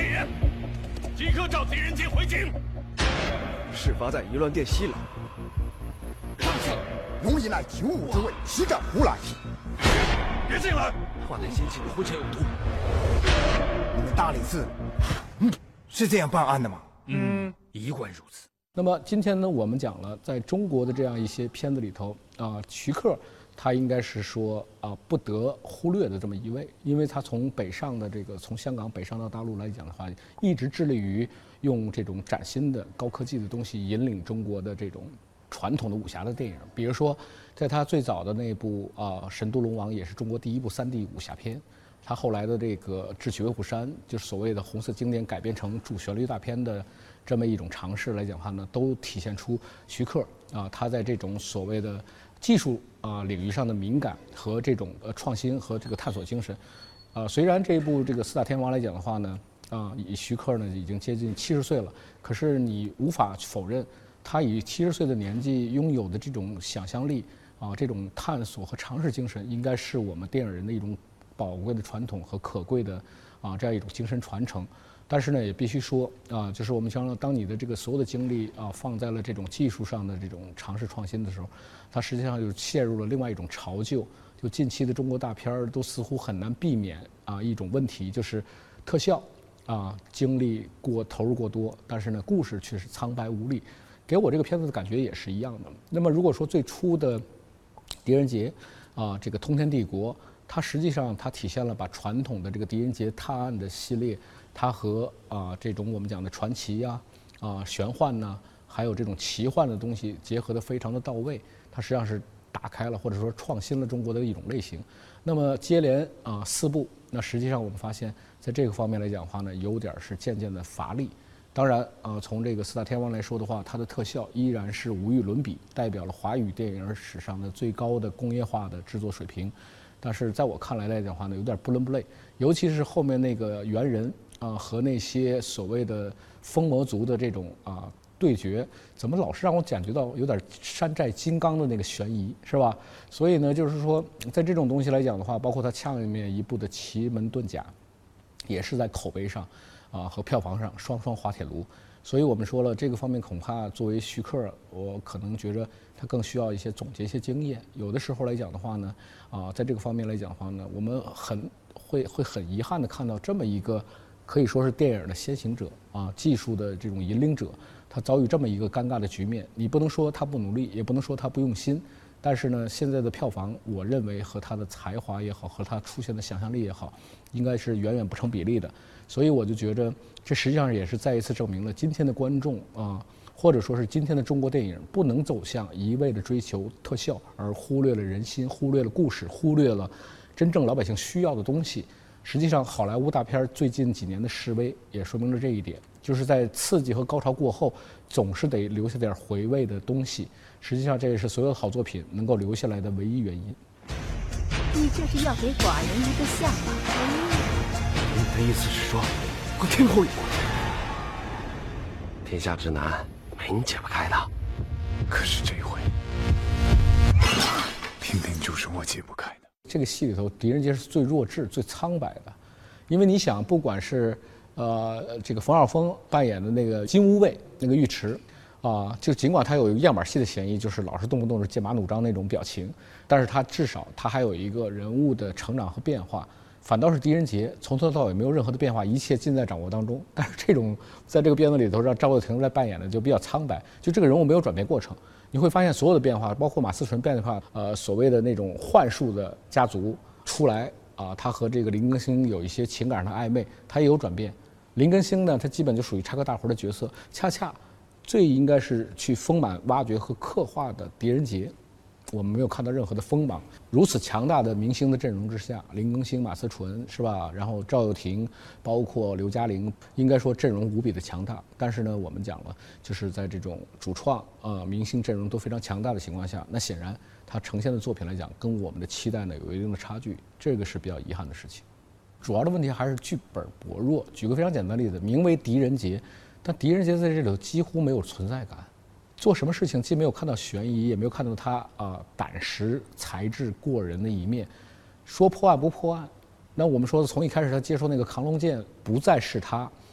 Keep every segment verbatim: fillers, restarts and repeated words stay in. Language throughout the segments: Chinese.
进人，即刻召狄仁杰回京。 事发在宜乱殿西廊。 上次永以乃九五之位，实战胡来。 别进来！ 华南先生婚前有毒。 你们大理寺，嗯，是这样办案的吗？ 嗯，一贯如此。 那么今天呢，我们讲了在中国的这样一些片子里头啊，徐克他应该是说啊不得忽略的这么一位，因为他从北上的这个从香港北上到大陆来讲的话，一直致力于用这种崭新的高科技的东西引领中国的这种传统的武侠的电影。比如说，在他最早的那部啊《神都龙王》也是中国第一部三 D 武侠片。他后来的这个《智取威虎山》，就是所谓的红色经典改编成主旋律大片的这么一种尝试来讲的话呢，都体现出徐克啊他在这种所谓的技术啊领域上的敏感和这种呃创新和这个探索精神。啊，虽然这一部这个四大天王来讲的话呢，啊以徐克呢已经接近七十岁了，可是你无法否认他以七十岁的年纪拥有的这种想象力啊，这种探索和尝试精神，应该是我们电影人的一种宝贵的传统和可贵的啊这样一种精神传承。但是呢，也必须说啊，就是我们想，当你的这个所有的精力啊放在了这种技术上的这种尝试创新的时候，它实际上就陷入了另外一种潮旧。就近期的中国大片儿都似乎很难避免啊一种问题，就是特效啊精力过投入过多，但是呢故事却是苍白无力。给我这个片子的感觉也是一样的。那么如果说最初的狄仁杰啊这个通天帝国，它实际上它体现了把传统的这个狄仁杰探案的系列，它和啊这种我们讲的传奇呀、啊、啊玄幻呐、啊，还有这种奇幻的东西结合得非常的到位。它实际上是打开了或者说创新了中国的一种类型。那么接连啊四部，那实际上我们发现在这个方面来讲的话呢，有点是渐渐的乏力。当然啊，从这个四大天王来说的话，它的特效依然是无与伦比，代表了华语电影史上的最高的工业化的制作水平。但是在我看来来讲的话呢，有点不伦不类，尤其是后面那个猿人啊和那些所谓的疯魔族的这种啊对决，怎么老是让我感觉到有点山寨金刚的那个悬疑，是吧？所以呢，就是说在这种东西来讲的话，包括它下面一部的奇门遁甲，也是在口碑上啊和票房上双双滑铁卢。所以我们说了，这个方面恐怕作为徐克，我可能觉着他更需要一些总结一些经验。有的时候来讲的话呢，啊，在这个方面来讲的话呢，我们很会会很遗憾的看到这么一个可以说是电影的先行者啊，技术的这种引领者，他遭遇这么一个尴尬的局面。你不能说他不努力，也不能说他不用心，但是呢，现在的票房，我认为和他的才华也好，和他出现的想象力也好，应该是远远不成比例的。所以我就觉着，这实际上也是再一次证明了今天的观众啊，或者说是今天的中国电影，不能走向一味的追求特效，而忽略了人心，忽略了故事，忽略了真正老百姓需要的东西。实际上，好莱坞大片最近几年的式微也说明了这一点，就是在刺激和高潮过后，总是得留下点回味的东西。实际上，这也是所有好作品能够留下来的唯一原因。 你这是要给寡人一个下马威？ 你的意思是说，我天后一国，天下之难，没你解不开的。 可是这回，偏偏就是我解不开的。 这个戏里头，狄仁杰是最弱智、最苍白的，因为你想，不管是呃这个冯绍峰扮演的那个金乌卫那个尉迟，啊，就尽管他有样板戏的嫌疑，就是老是动不动是剑拔弩张那种表情，但是他至少他还有一个人物的成长和变化。反倒是狄仁杰从头到尾没有任何的变化，一切尽在掌握当中。但是这种在这个片子里头让赵又廷来扮演的就比较苍白，就这个人物没有转变过程。你会发现所有的变化，包括马思纯变化，呃，所谓的那种幻术的家族出来啊，他和这个林更新有一些情感上的暧昧，他也有转变。林更新呢，他基本就属于插科大诨的角色，恰恰最应该是去丰满挖掘和刻画的狄仁杰。我们没有看到任何的锋芒。如此强大的明星的阵容之下，林更新、马思纯是吧？然后赵又廷，包括刘嘉玲，应该说阵容无比的强大。但是呢，我们讲了，就是在这种主创呃明星阵容都非常强大的情况下，那显然它呈现的作品来讲，跟我们的期待呢有一定的差距，这个是比较遗憾的事情。主要的问题还是剧本薄弱。举个非常简单的例子，名为狄仁杰，但狄仁杰在这里头几乎没有存在感。做什么事情既没有看到悬疑，也没有看到他啊、呃、胆识才智过人的一面。说破案不破案，那我们说从一开始他接受那个扛龙剑不再是他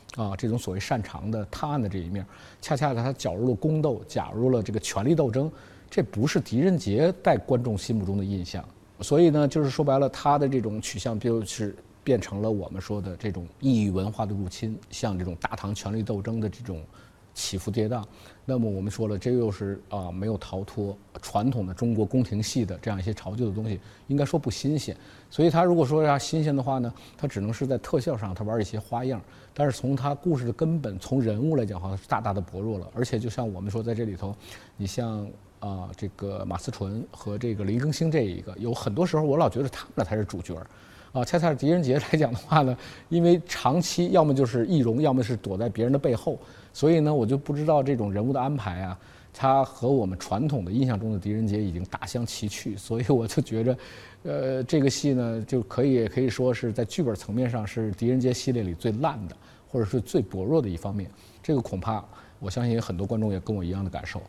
啊，这种所谓擅长的探案的这一面，恰恰的他搅入了宫斗，加入了这个权力斗争，这不是狄仁杰在观众心目中的印象。所以呢，就是说白了，他的这种取向就是变成了我们说的这种异域文化的入侵，像这种大唐权力斗争的这种起伏跌宕。那么我们说了，这又是啊、呃、没有逃脱传统的中国宫廷戏的这样一些潮旧的东西，应该说不新鲜。所以他如果说要新鲜的话呢，他只能是在特效上他玩一些花样，但是从他故事的根本，从人物来讲的话，是大大的薄弱了。而且就像我们说在这里头，你像啊、呃、这个马思纯和这个林更新这一个，有很多时候我老觉得他们俩才是主角。啊，恰恰是狄仁杰来讲的话呢，因为长期要么就是易容，要么是躲在别人的背后，所以呢，我就不知道这种人物的安排啊，他和我们传统的印象中的狄仁杰已经大相崎岖，所以我就觉着，呃，这个戏呢，就可以可以说是在剧本层面上是狄仁杰系列里最烂的，或者是最薄弱的一方面。这个恐怕我相信很多观众也跟我一样的感受。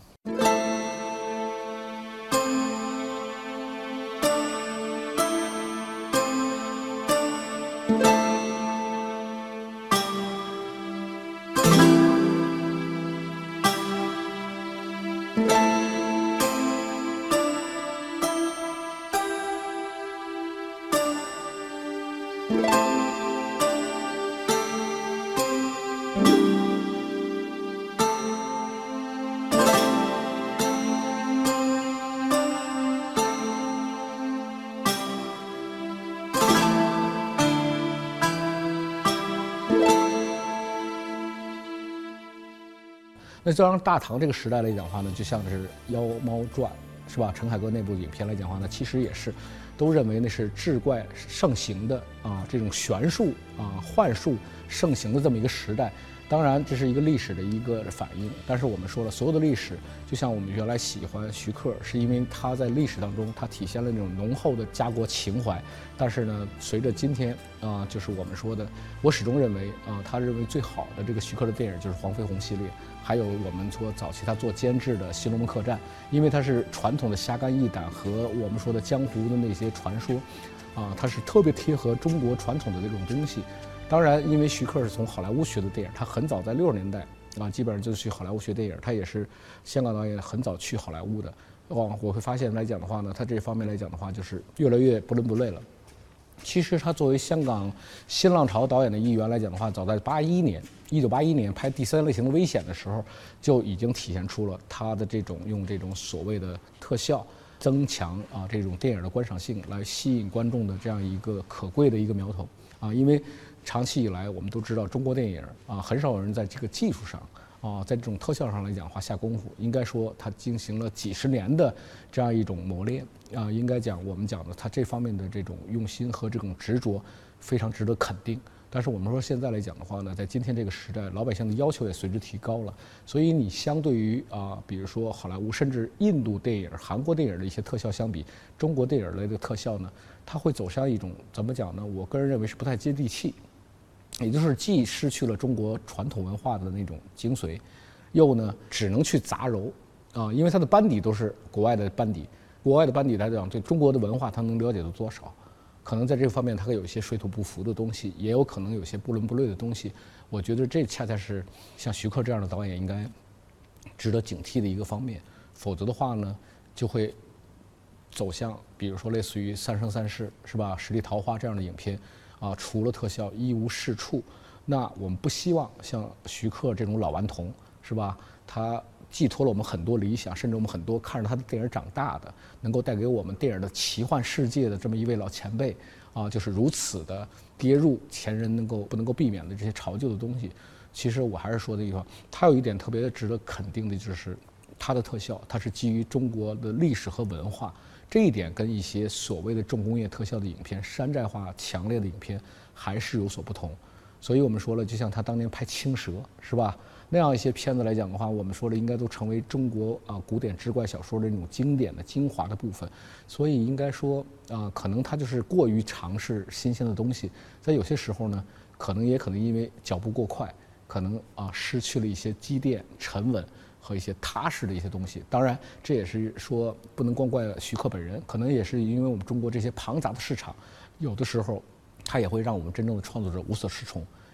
那这样大唐这个时代来讲的话呢，就像是《妖猫传》，是吧？陈凯歌那部影片来讲的话呢，其实也是，都认为那是志怪盛行的啊，这种玄术啊、幻术盛行的这么一个时代。当然，这是一个历史的一个反应。但是我们说了，所有的历史，就像我们原来喜欢徐克，是因为他在历史当中，他体现了那种浓厚的家国情怀。但是呢，随着今天啊、呃，就是我们说的，我始终认为啊、呃，他认为最好的这个徐克的电影就是黄飞鸿系列，还有我们说早期他做监制的《新龙门客栈》，因为它是传统的侠肝义胆和我们说的江湖的那些传说，啊，它是特别贴合中国传统的这种东西。当然，因为徐克是从好莱坞学的电影，他很早在六十年代啊，基本上就是去好莱坞学电影。他也是香港导演，很早去好莱坞的。哦，我会发现来讲的话呢，他这方面来讲的话，就是越来越不伦不类了。其实他作为香港新浪潮导演的一员来讲的话，早在八一年，一九八一年拍《第三类型的危险》的时候，就已经体现出了他的这种用这种所谓的特效增强啊这种电影的观赏性，来吸引观众的这样一个可贵的一个苗头啊，因为。长期以来，我们都知道中国电影啊，很少有人在这个技术上啊，在这种特效上来讲的话下功夫。应该说，它进行了几十年的这样一种磨练啊。应该讲，我们讲的它这方面的这种用心和这种执着，非常值得肯定。但是我们说现在来讲的话呢，在今天这个时代，老百姓的要求也随之提高了，所以你相对于啊，比如说好莱坞甚至印度电影、韩国电影的一些特效相比，中国电影类的特效呢，它会走向一种怎么讲呢？我个人认为是不太接地气。也就是既失去了中国传统文化的那种精髓，又呢只能去杂糅啊，因为他的班底都是国外的班底，国外的班底来讲对中国的文化他能了解的多少？可能在这方面他会有一些水土不服的东西，也有可能有些不伦不类的东西。我觉得这恰恰是像徐克这样的导演应该值得警惕的一个方面，否则的话呢，就会走向比如说类似于《三生三世》是吧，《十里桃花》这样的影片。啊，除了特效一无是处，那我们不希望像徐克这种老顽童，是吧？他寄托了我们很多理想，甚至我们很多看着他的电影长大的，能够带给我们电影的奇幻世界的这么一位老前辈，啊，就是如此的跌入前人能够不能够避免的这些潮旧的东西。其实我还是说的地方，他有一点特别值得肯定的，就是他的特效，它是基于中国的历史和文化。这一点跟一些所谓的重工业特效的影片、山寨化强烈的影片还是有所不同。所以我们说了，就像他当年拍《青蛇》是吧，那样一些片子来讲的话，我们说了应该都成为中国啊古典志怪小说的那种经典的精华的部分。所以应该说啊，可能他就是过于尝试新鲜的东西，在有些时候呢，可能也可能因为脚步过快，可能啊失去了一些积淀、沉稳。和一些踏实的一些东西，当然这也是说不能光怪徐克本人，可能也是因为我们中国这些庞杂的市场，有的时候它也会让我们真正的创作者无所适从，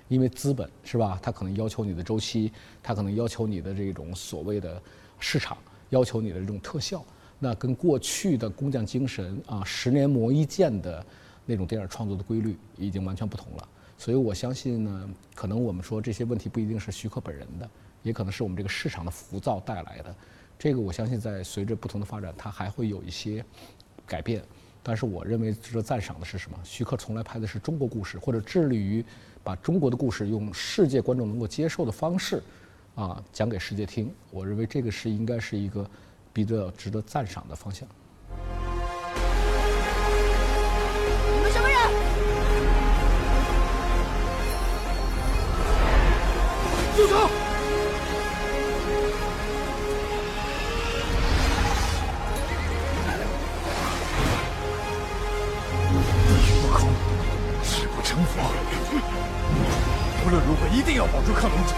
因为资本是吧，它可能要求你的周期，它可能要求你的这种所谓的市场，要求你的这种特效，那跟过去的工匠精神啊，十年磨一剑的那种电影创作的规律已经完全不同了。所以我相信呢，可能我们说这些问题不一定是徐克本人的，也可能是我们这个市场的浮躁带来的。这个我相信在随着不同的发展，它还会有一些改变。但是我认为值得赞赏的是什么？徐克从来拍的是中国故事，或者致力于把中国的故事用世界观众能够接受的方式，啊，讲给世界听。我认为这个是应该是一个比较值得赞赏的方向。 你们什么人？ 住手！誓不成佛。无论如何，一定要保住亢龙者。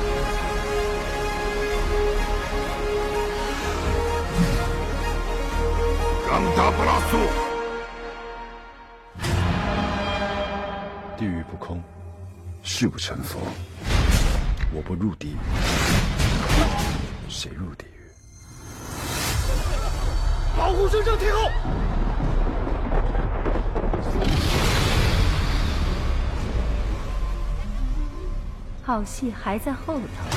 让达布拉苏， 地狱不空，誓不成佛。我不入地狱，谁入地狱？ 保护圣圣天后！ 好戏还在后头。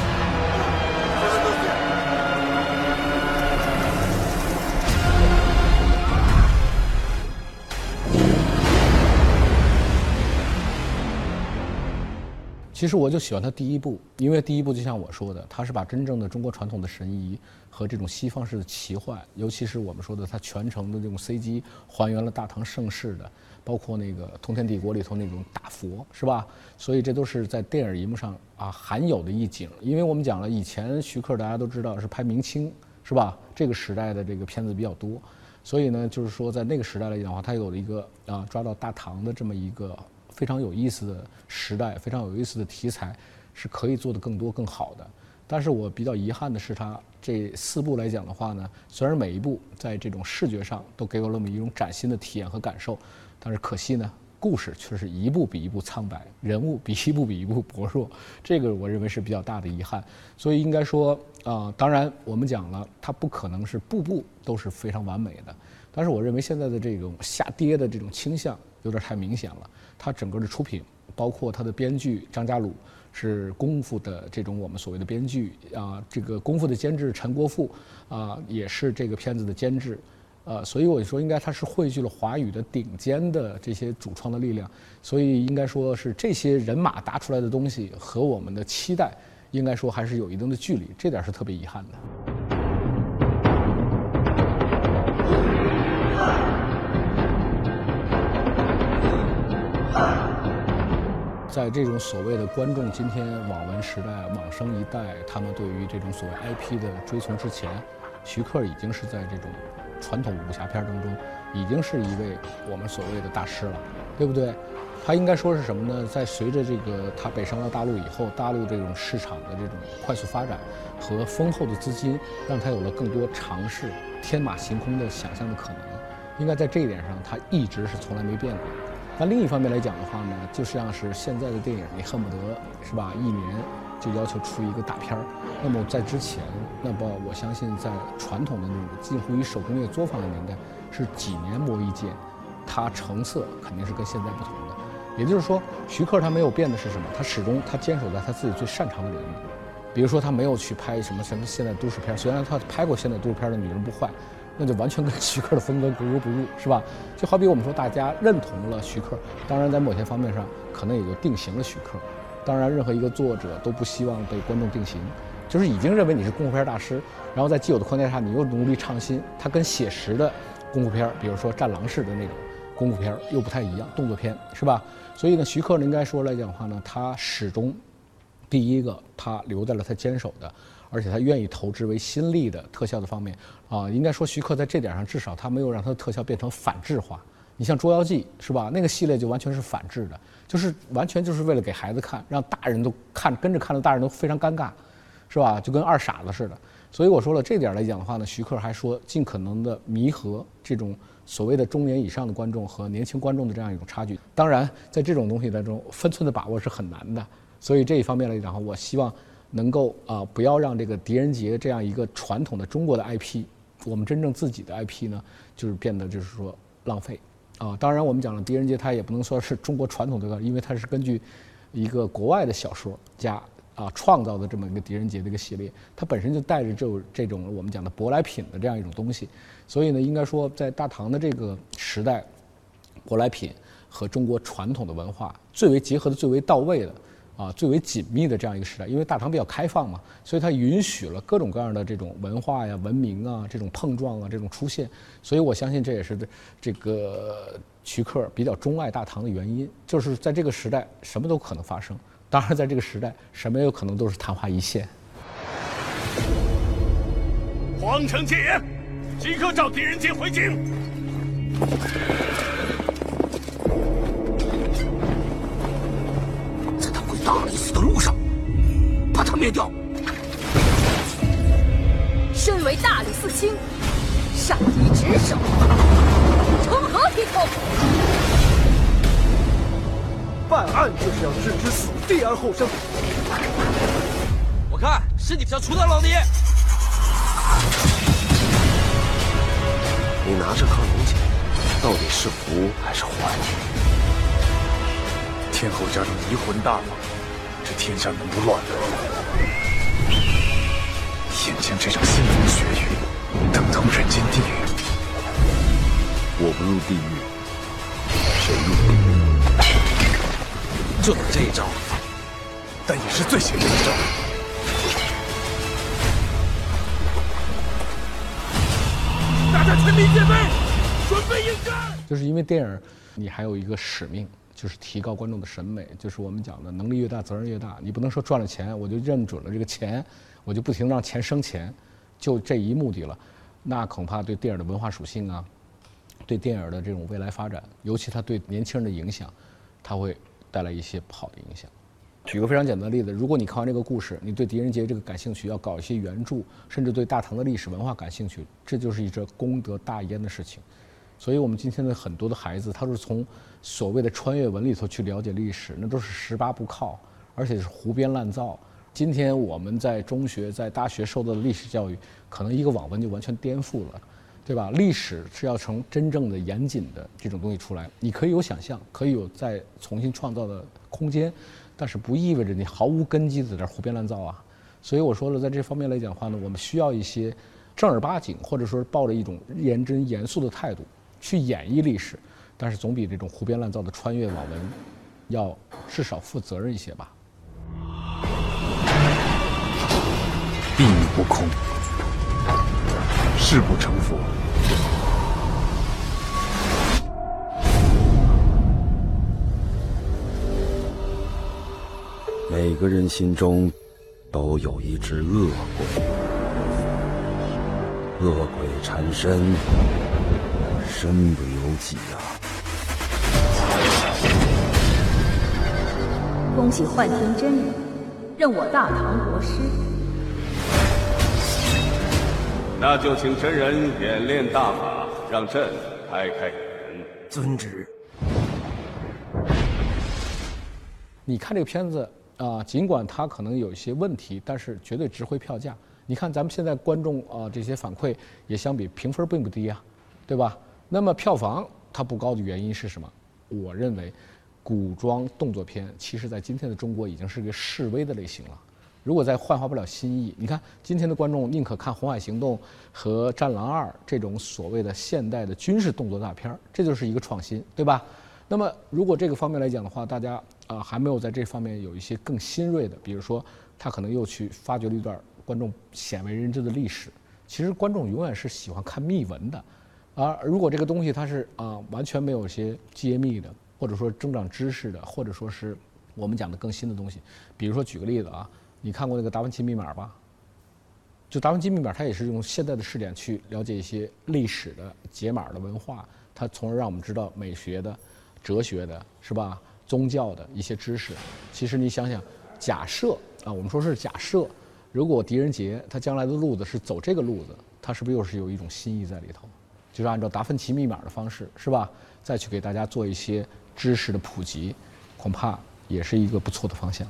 其实我就喜欢他第一部，因为第一部就像我说的，他是把真正的中国传统的神仪和这种西方式的奇幻，尤其是我们说的他全程的这种 C G 还原了大唐盛世的，包括那个《通天帝国》里头那种大佛，是吧？所以这都是在电影荧幕上啊罕有的一景。因为我们讲了，以前徐克大家都知道是拍明清，是吧？这个时代的这个片子比较多，所以呢，就是说在那个时代来讲的话，他有了一个啊抓到大唐的这么一个非常有意思的时代，非常有意思的题材，是可以做得更多更好的。但是我比较遗憾的是，他这四部来讲的话呢，虽然每一部在这种视觉上都给我了我们一种崭新的体验和感受，但是可惜呢，故事却是一部比一部苍白，人物比一部比一部薄弱，这个我认为是比较大的遗憾。所以应该说啊、呃，当然我们讲了，它不可能是步步都是非常完美的，但是我认为现在的这种下跌的这种倾向有点太明显了。它整个的出品，包括它的编剧张家鲁是功夫的这种我们所谓的编剧啊，这个功夫的监制陈国富啊，也是这个片子的监制，呃，所以我说应该它是汇聚了华语的顶尖的这些主创的力量，所以应该说是这些人马搭出来的东西和我们的期待，应该说还是有一定的距离，这点是特别遗憾的。在这种所谓的观众今天网文时代、网生一代，他们对于这种所谓 I P 的追从之前，徐克已经是在这种传统武侠片当中，已经是一位我们所谓的大师了，对不对？他应该说是什么呢？在随着这个他北上到大陆以后，大陆这种市场的这种快速发展和丰厚的资金，让他有了更多尝试天马行空的想象的可能。应该在这一点上，他一直是从来没变过。那另一方面来讲的话呢，就像是现在的电影，你恨不得是吧，一年就要求出一个大片儿。那么在之前，那么我相信在传统的那种近乎于手工业作坊的年代，是几年磨一剑，它成色肯定是跟现在不同的。也就是说，徐克他没有变的是什么？他始终他坚守在他自己最擅长的领域。比如说，他没有去拍什么什么现代都市片，虽然他拍过现代都市片的《女人不坏》。那就完全跟徐克的风格格格不入，是吧？就好比我们说，大家认同了徐克，当然在某些方面上可能也就定型了徐克。当然，任何一个作者都不希望被观众定型，就是已经认为你是功夫片大师，然后在既有的框架下，你又努力创新，它跟写实的功夫片，比如说战狼式的那种功夫片又不太一样，动作片，是吧？所以呢，徐克呢应该说来讲的话呢，他始终第一个他留在了他坚守的。而且他愿意投资为新力的特效的方面啊，应该说徐克在这点上至少他没有让他的特效变成反制化。你像《捉妖记》是吧？那个系列就完全是反制的，就是完全就是为了给孩子看，让大人都看跟着看的大人都非常尴尬，是吧？就跟二傻子似的。所以我说了，这点来讲的话呢，徐克还说尽可能的弥合这种所谓的中年以上的观众和年轻观众的这样一种差距。当然，在这种东西当中，分寸的把握是很难的。 所以这一方面来讲，我希望能够啊、呃、不要让这个狄仁杰这样一个传统的中国的 I P， 我们真正自己的 I P 呢，就是变得就是说浪费啊。当然我们讲了狄仁杰，他也不能说是中国传统的，因为他是根据一个国外的小说家啊创造的这么一个狄仁杰的一个系列，它本身就带着这种这种我们讲的舶来品的这样一种东西，所以呢，应该说在大唐的这个时代，舶来品和中国传统的文化最为结合的最为到位的啊最为紧密的这样一个时代，因为大唐比较开放嘛，所以它允许了各种各样的这种文化呀、文明啊这种碰撞啊这种出现，所以我相信这也是这个徐克比较钟爱大唐的原因，就是在这个时代什么都可能发生，当然在这个时代什么有可能都是昙花一现。 皇城戒严，即刻召狄仁杰回京。 在他回大理寺的路上，把他灭掉。 身为大理寺卿，擅离职守，成何体统？ 办案就是要置之死地而后生。 我看是你想除掉老爹。 你拿着克隆剑，到底是福还是祸？ 天后家中移魂大法，这天下能不乱？眼前这场腥风血雨，等同人间地狱。 我不入地狱，谁入地狱？ 就等这一招， 但也是最险的一招。 大家全民戒备，准备应战。 就是因为电影，你还有一个使命，就是提高观众的审美，就是我们讲的能力越大，责任越大。你不能说赚了钱，我就认准了这个钱，我就不停让钱生钱，就这一目的了，那恐怕对电影的文化属性啊，对电影的这种未来发展，尤其它对年轻人的影响，它会带来一些不好的影响。举个非常简单的例子，如果你看完这个故事，你对狄仁杰这个感兴趣，要搞一些原著，甚至对大唐的历史文化感兴趣，这就是一则功德大焉的事情。所以我们今天的很多的孩子，他是从所谓的穿越文里头去了解历史，那都是十八不靠，而且是胡编乱造。今天我们在中学、在大学受到的历史教育，可能一个网文就完全颠覆了，对吧？历史是要成真正的严谨的这种东西出来，你可以有想象，可以有再重新创造的空间，但是不意味着你毫无根基的在这胡编乱造啊。所以我说了，在这方面来讲的话呢，我们需要一些正儿八经，或者说抱着一种认真严肃的态度去演绎历史，但是总比这种胡编乱造的穿越网文要至少负责任一些吧。 地狱不空，誓不成佛。 每个人心中都有一只恶鬼，恶鬼缠身，身不由己啊！ 恭喜幻天真人，任我大唐国师。 那就请真人演练大法，让朕开开眼。 遵旨。 你看这个片子啊、呃，尽管它可能有一些问题，但是绝对值回票价。你看咱们现在观众啊、呃、这些反馈也相比评分并不低啊，对吧？那么票房它不高的原因是什么？我认为，古装动作片其实在今天的中国已经是个式微的类型了。如果再焕发不了新意，你看今天的观众宁可看《红海行动》和《战狼二》这种所谓的现代的军事动作大片，这就是一个创新，对吧？那么如果这个方面来讲的话，大家啊、呃、还没有在这方面有一些更新锐的，比如说他可能又去发掘了一段观众鲜为人知的历史。其实观众永远是喜欢看秘闻的，而如果这个东西它是啊、呃、完全没有一些揭秘的，或者说增长知识的，或者说是我们讲的更新的东西，比如说举个例子啊。你看过那个《达芬奇密码》吧？就《达芬奇密码》，它也是用现代的视点去了解一些历史的解码的文化，它从而让我们知道美学的、哲学的，是吧？宗教的一些知识。其实你想想，假设啊，我们说是假设，如果狄仁杰他将来的路子是走这个路子，他是不是又是有一种新意在里头？就是按照《达芬奇密码》的方式，是吧？再去给大家做一些知识的普及，恐怕也是一个不错的方向。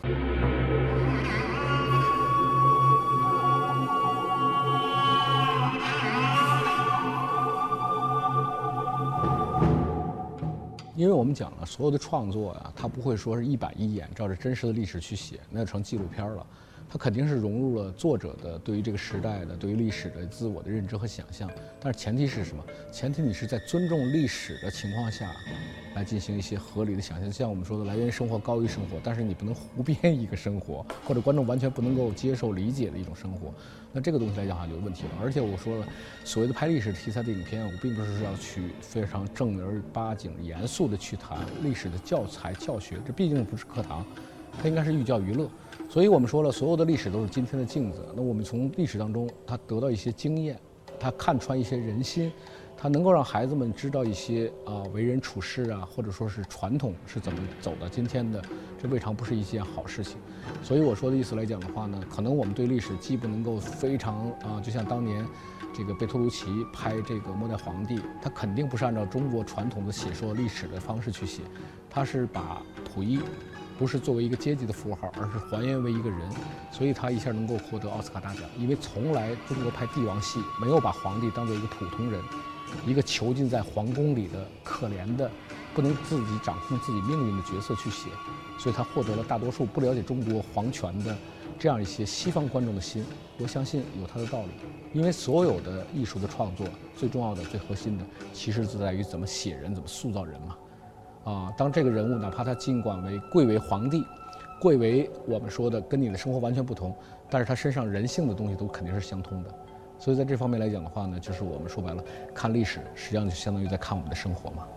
因为我们讲了，所有的创作呀、啊，它不会说是一板一眼照着真实的历史去写，那就成纪录片了。它肯定是融入了作者的对于这个时代的、对于历史的自我的认知和想象。但是前提是什么？前提你是在尊重历史的情况下，来进行一些合理的想象。像我们说的，来源于生活高于生活，但是你不能胡编一个生活，或者观众完全不能够接受理解的一种生活。那这个东西来讲哈就有问题了。而且我说了，所谓的拍历史题材的影片，我并不是要去非常正儿八经、严肃的去谈历史的教材教学，这毕竟不是课堂，它应该是寓教于乐。所以我们说了，所有的历史都是今天的镜子。那我们从历史当中，他得到一些经验，他看穿一些人心，他能够让孩子们知道一些啊、呃、为人处事啊，或者说是传统是怎么走到今天的，这未尝不是一件好事情。所以我说的意思来讲的话呢，可能我们对历史既不能够非常啊、呃，就像当年这个贝托鲁奇拍这个《末代皇帝》，他肯定不是按照中国传统的写作历史的方式去写，他是把溥仪不是作为一个阶级的符号，而是还原为一个人，所以他一下能够获得奥斯卡大奖。因为从来中国拍帝王戏没有把皇帝当做一个普通人，一个囚禁在皇宫里的可怜的不能自己掌控自己命运的角色去写，所以他获得了大多数不了解中国皇权的这样一些西方观众的心。我相信有他的道理，因为所有的艺术的创作最重要的、最核心的，其实是在于怎么写人，怎么塑造人嘛。啊，当这个人物哪怕他尽管为贵为皇帝，贵为我们说的跟你的生活完全不同，但是他身上人性的东西都肯定是相通的。所以在这方面来讲的话呢，就是我们说白了，看历史实际上就相当于在看我们的生活嘛。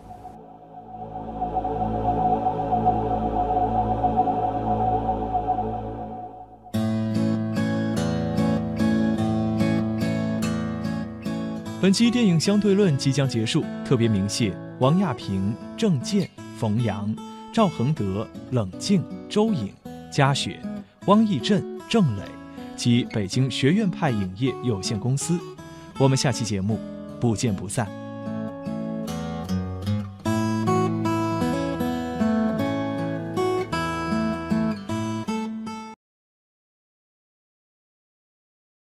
本期电影相对论即将结束，特别鸣谢王亚平、郑健、冯阳、赵恒德、冷静、周颖、嘉雪、汪义振、郑磊及北京学院派影业有限公司。我们下期节目不见不散。